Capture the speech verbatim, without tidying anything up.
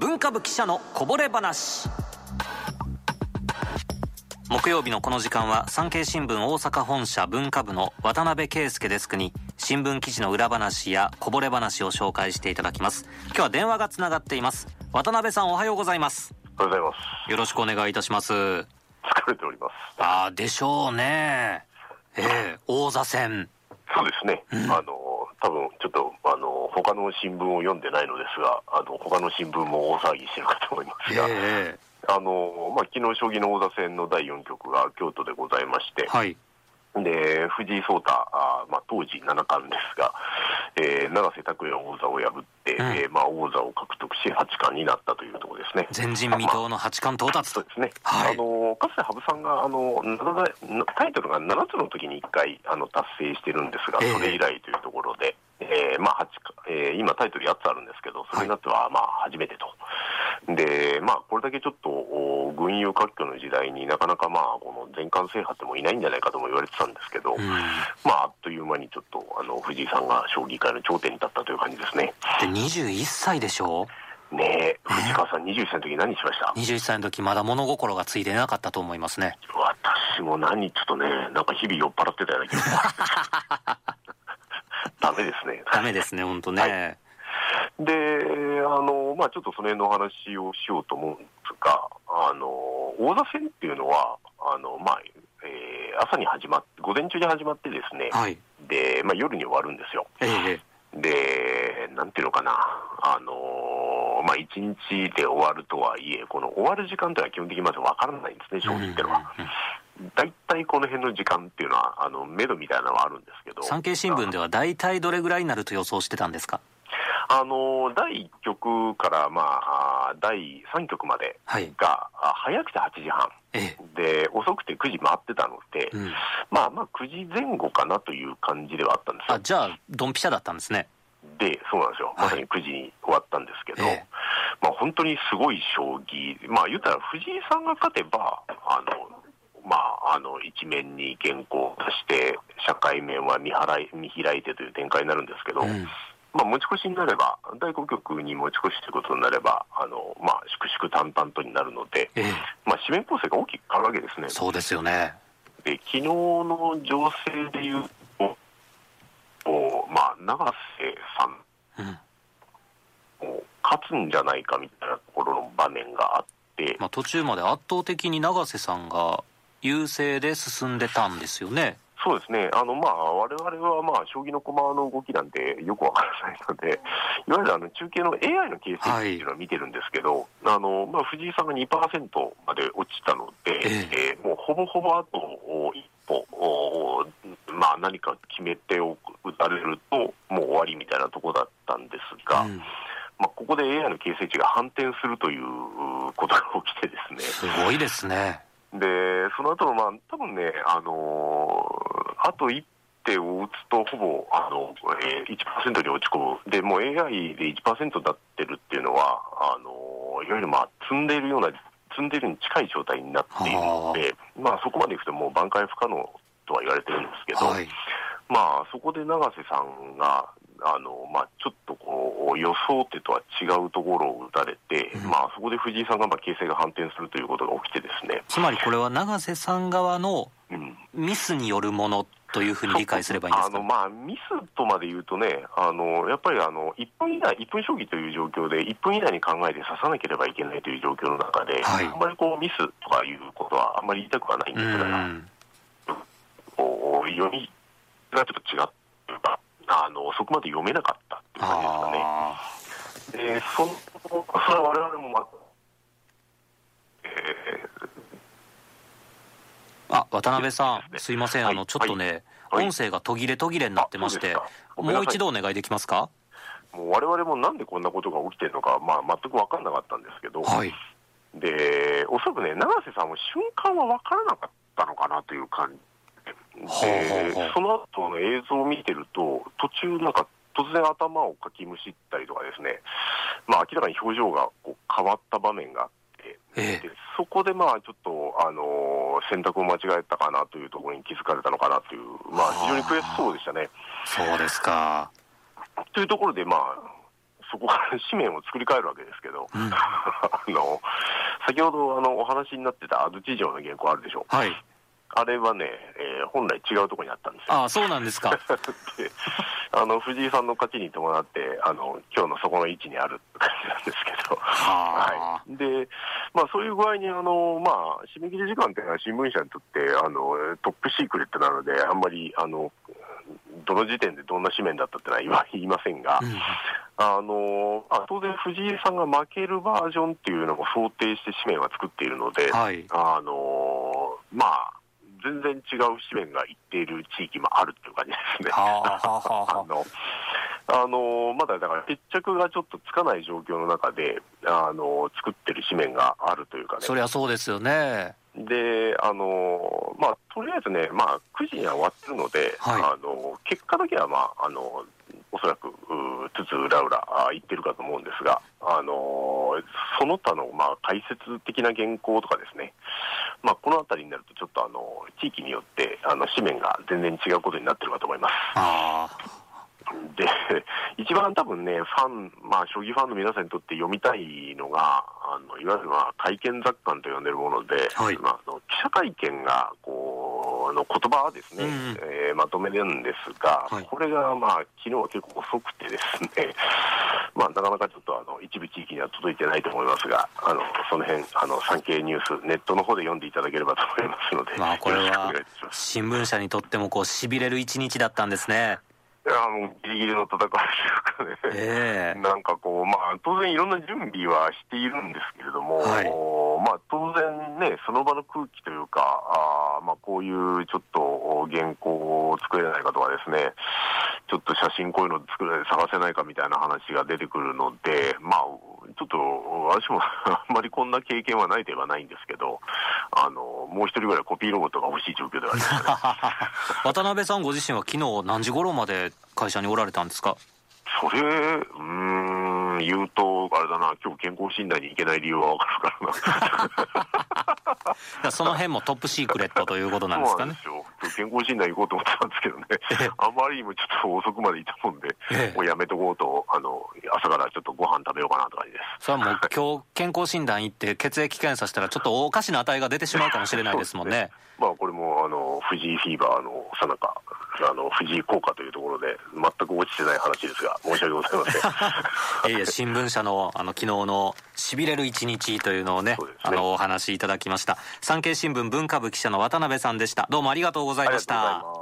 文化部記者のこぼれ話。木曜日のこの時間は産経新聞大阪本社文化部の渡辺圭介デスクに新聞記事の裏話やこぼれ話を紹介していただきます。今日は電話がつながっています。渡辺さん、おはようございます。 おはようございます。 よろしくお願いいたします。疲れております。 ああ、でしょうね。えー、王座戦。 そうですね、うん、あの多分ちょっとあの他の新聞を読んでないのですが、あの他の新聞も大騒ぎしてるかと思いますが、えーあのまあ、昨日将棋の王座戦のだいよんきょくが京都でございまして、はい、で藤井聡太、あ、まあ、当時七冠ですが、えー、永瀬拓矢王座を破って、うん、えーまあ、王座を獲得し八冠になったというところですね。 前人未到の八冠到達と、 まあ、そうですね、はい、あのかつて羽生さんがあのタイトルがななつの時にいっかいあの達成してるんですが、それ以来というところで、えーまあえー、今タイトルやっつあるんですけど、それになってはまあ初めてと、はい、でまあこれだけちょっと群雄割拠の時代になかなかまあこの全冠制覇ってもいないんじゃないかとも言われてたんですけど、うん、まああっという間にちょっとあの藤井さんが将棋界の頂点に立ったという感じですね。 でにじゅういっさいでしょうねえ、藤川さんにじゅういっさいの時何しました？ にじゅういっさいの時まだ物心がついてなかったと思いますね。 私も何ちょっとね、なんか日々酔っ払ってたような気がしますダメですね。 ダメですね、本当ね。はい、 で、あのまあちょっとその辺のお話をしようと思うんですが、あの王座戦っていうのはあのまあ、えー、朝に始まって午前中に始まってですね、はい、でまあ夜に終わるんですよ。ええ、でなんていうのかな、あのまあ一日で終わるとはいえ、この終わる時間というのは基本的にまず分からないんですね、将棋っていうのは。だいたいこの辺の時間っていうのはあの目処みたいなのはあるんですけど、 産経新聞ではだいたいどれぐらいになると予想してたんですか？ あのだいいっきょくからまあだいさんきょくまでが、はい、早くてはちじはん、ええ、で遅くてくじ回ってたので、うん、まあまあくじぜん後かなという感じではあったんですよ。 あ、じゃあドンピシャだったんですね。 でそうなんですよ、まさにくじに終わったんですけど、はい、まあ本当にすごい将棋、まあ言ったら藤井さんが勝てばあのまあ、あの一面に原稿を出して社会面は見払い見開いてという展開になるんですけど、うん、まあ、持ち越しになればだいごきょくに持ち越しということになればあの、まあ、粛々淡々とになるので、ええ、まあ、紙面構成が大きく変わるわけですね。 そうですよね。 で昨日の情勢でいうと、まあ、永瀬さん、うん、勝つんじゃないかみたいなところの場面があって、 まあ、途中まで圧倒的に永瀬さんが優勢で進んでたんですよね。 そうですね、あのまあ我々はまあ将棋の駒の動きなんてよくわからないので、いわゆるあの中継の エーアイ の形成っていうのは見てるんですけど、はい、あのまあ、藤井さんが にパーセント まで落ちたので、えーえー、もうほぼほぼあと一歩、まあ、何か決め手を打たれるともう終わりみたいなところだったんですが、うん、まあ、ここで エーアイ の形成値が反転するということが起きてですね。 すごいですね。 でその後のまあ多分ね、あのー、あと一手を打つとほぼあの、えー、いちパーセント に落ち込む。でもう エーアイ で いちパーセント になってるっていうのはあのー、いわゆるまあ積んでいるような積んでいるに近い状態になっているので、まあ、そこまでいくともう挽回不可能とは言われてるんですけど、はい、まあそこで永瀬さんがあのまあ、ちょっとこう予想手とは違うところを打たれて、うん、まあ、そこで藤井さんがまあ形勢が反転するということが起きてですね。 つまりこれは永瀬さん側のミスによるものというふうに理解すればいいんですか？ あの、まあ、ミスとまで言うとね、あのやっぱりあのいっぷん以内、いっぷん将棋という状況でいっぷん以内に考えて指さなければいけないという状況の中で、はい、あんまりこうミスとかいうことはあんまり言いたくはないんですが、うん、こう読みがちょっと違ってるか。あのそこまで読めなかったっていう感じですかね。でそのそれは我々も、まえー、あ渡辺さん、すいません、はい、あのちょっとね、はい、音声が途切れ途切れになってまして、もう一度お願いできますか？ もう我々もなんでこんなことが起きてるのか、まあ、全く分からなかったんですけど、はい、でおそらくね、永瀬さんも瞬間は分からなかったのかなという感じで、その後の映像を見てると途中なんか突然頭をかきむしったりとかですね、まあ、明らかに表情がこう変わった場面があって、ええ、でそこでまあちょっと、あのー、選択を間違えたかなというところに気づかれたのかなという、まあ、非常に悔しそうでしたね。 そうですか。 というところで、まあ、 そこから紙面を作り変えるわけですけど、 うん、 あの先ほどあのお話になってた安土地上の原稿あるでしょ、 はい、 あれはね、えー、本来違うところにあったんですよ。 ああ、そうなんですか。 で、あの藤井さんの勝ちに伴ってあの今日のそこの位置にあるって感じなんですけど、 は、 はい、で、まあ、そういう具合にあの、まあ、締め切り時間というのは新聞社にとってあのトップシークレットなので、あんまりあのどの時点でどんな紙面だったってのは言わ言いませんが、うん、あのあ当然藤井さんが負けるバージョンっていうのも想定して紙面は作っているので、はい、あのまあ全然違う紙面が言っている地域もあるっていう感じですね。あのあのまだだから決着がちょっとつかない状況の中であの作ってる紙面があるというかね。 そりゃそうですよね。 で、あのまあ、とりあえずね、まあ、くじには終わってるので、はい、あの結果だけは、まあ、あのおそらくつつ裏裏言ってるかと思うんですが、あのその他の、まあ、解説的な原稿とかですね、まあ、この辺りになるとちょっとあの地域によってあの紙面が全然違うことになってるかと思います。あで一番多分ね、ファン、まあ、将棋ファンの皆さんにとって読みたいのが、あのいわゆる、まあ、体験雑感と呼んでるもので、はい、まあ、あの記者会見がこうの言葉ですね、うん、えー、まとめるんですが、はい、これが、まあ、昨日は結構遅くてですね、まあ、なかなかちょっとあの一部地域には届いてないと思いますが、あのその辺あの産経ニュースネットの方で読んでいただければと思いますので、 まあ、これは新聞社にとってもこう痺れる一日だったんですね。 いや、もうギリギリの戦いというかね、えー、なんかこう、まあ、当然いろんな準備はしているんですけれども、はい、まあ、当然ね、その場の空気というか、あまあ、こういうちょっと原稿を作れないかとかですね、ちょっと写真こういうの作れ探せないかみたいな話が出てくるので、まあ、ちょっと私もあんまりこんな経験はないではないんですけど、あのもう一人ぐらいコピーロボットが欲しい状況ではありますね。 渡辺さんご自身は昨日何時頃まで会社におられたんですか？ それ、うーん、言うとあれだな、今日健康診断に行けない理由は分かるからな。 その辺もトップシークレットということなんですかね。 そうなんですよ。健康診断行こうと思ってたんですけどね、あまりにもちょっと遅くまでいたもんで、もうやめとこうと、あの朝からちょっとご飯食べようかなって感じです。 それはもう今日健康診断行って血液検査したらちょっとおかしな値が出てしまうかもしれないですもんね。 まあこれもあの藤井フィーバーのさなか、あの藤井効果というところで全く落ちてない話ですが申し訳ございません。 いえいえ、新聞社のあの昨日のしびれる一日というのを ね, ねあのお話しいただきました。産経新聞文化部記者の渡辺さんでした。どうもありがとうございました。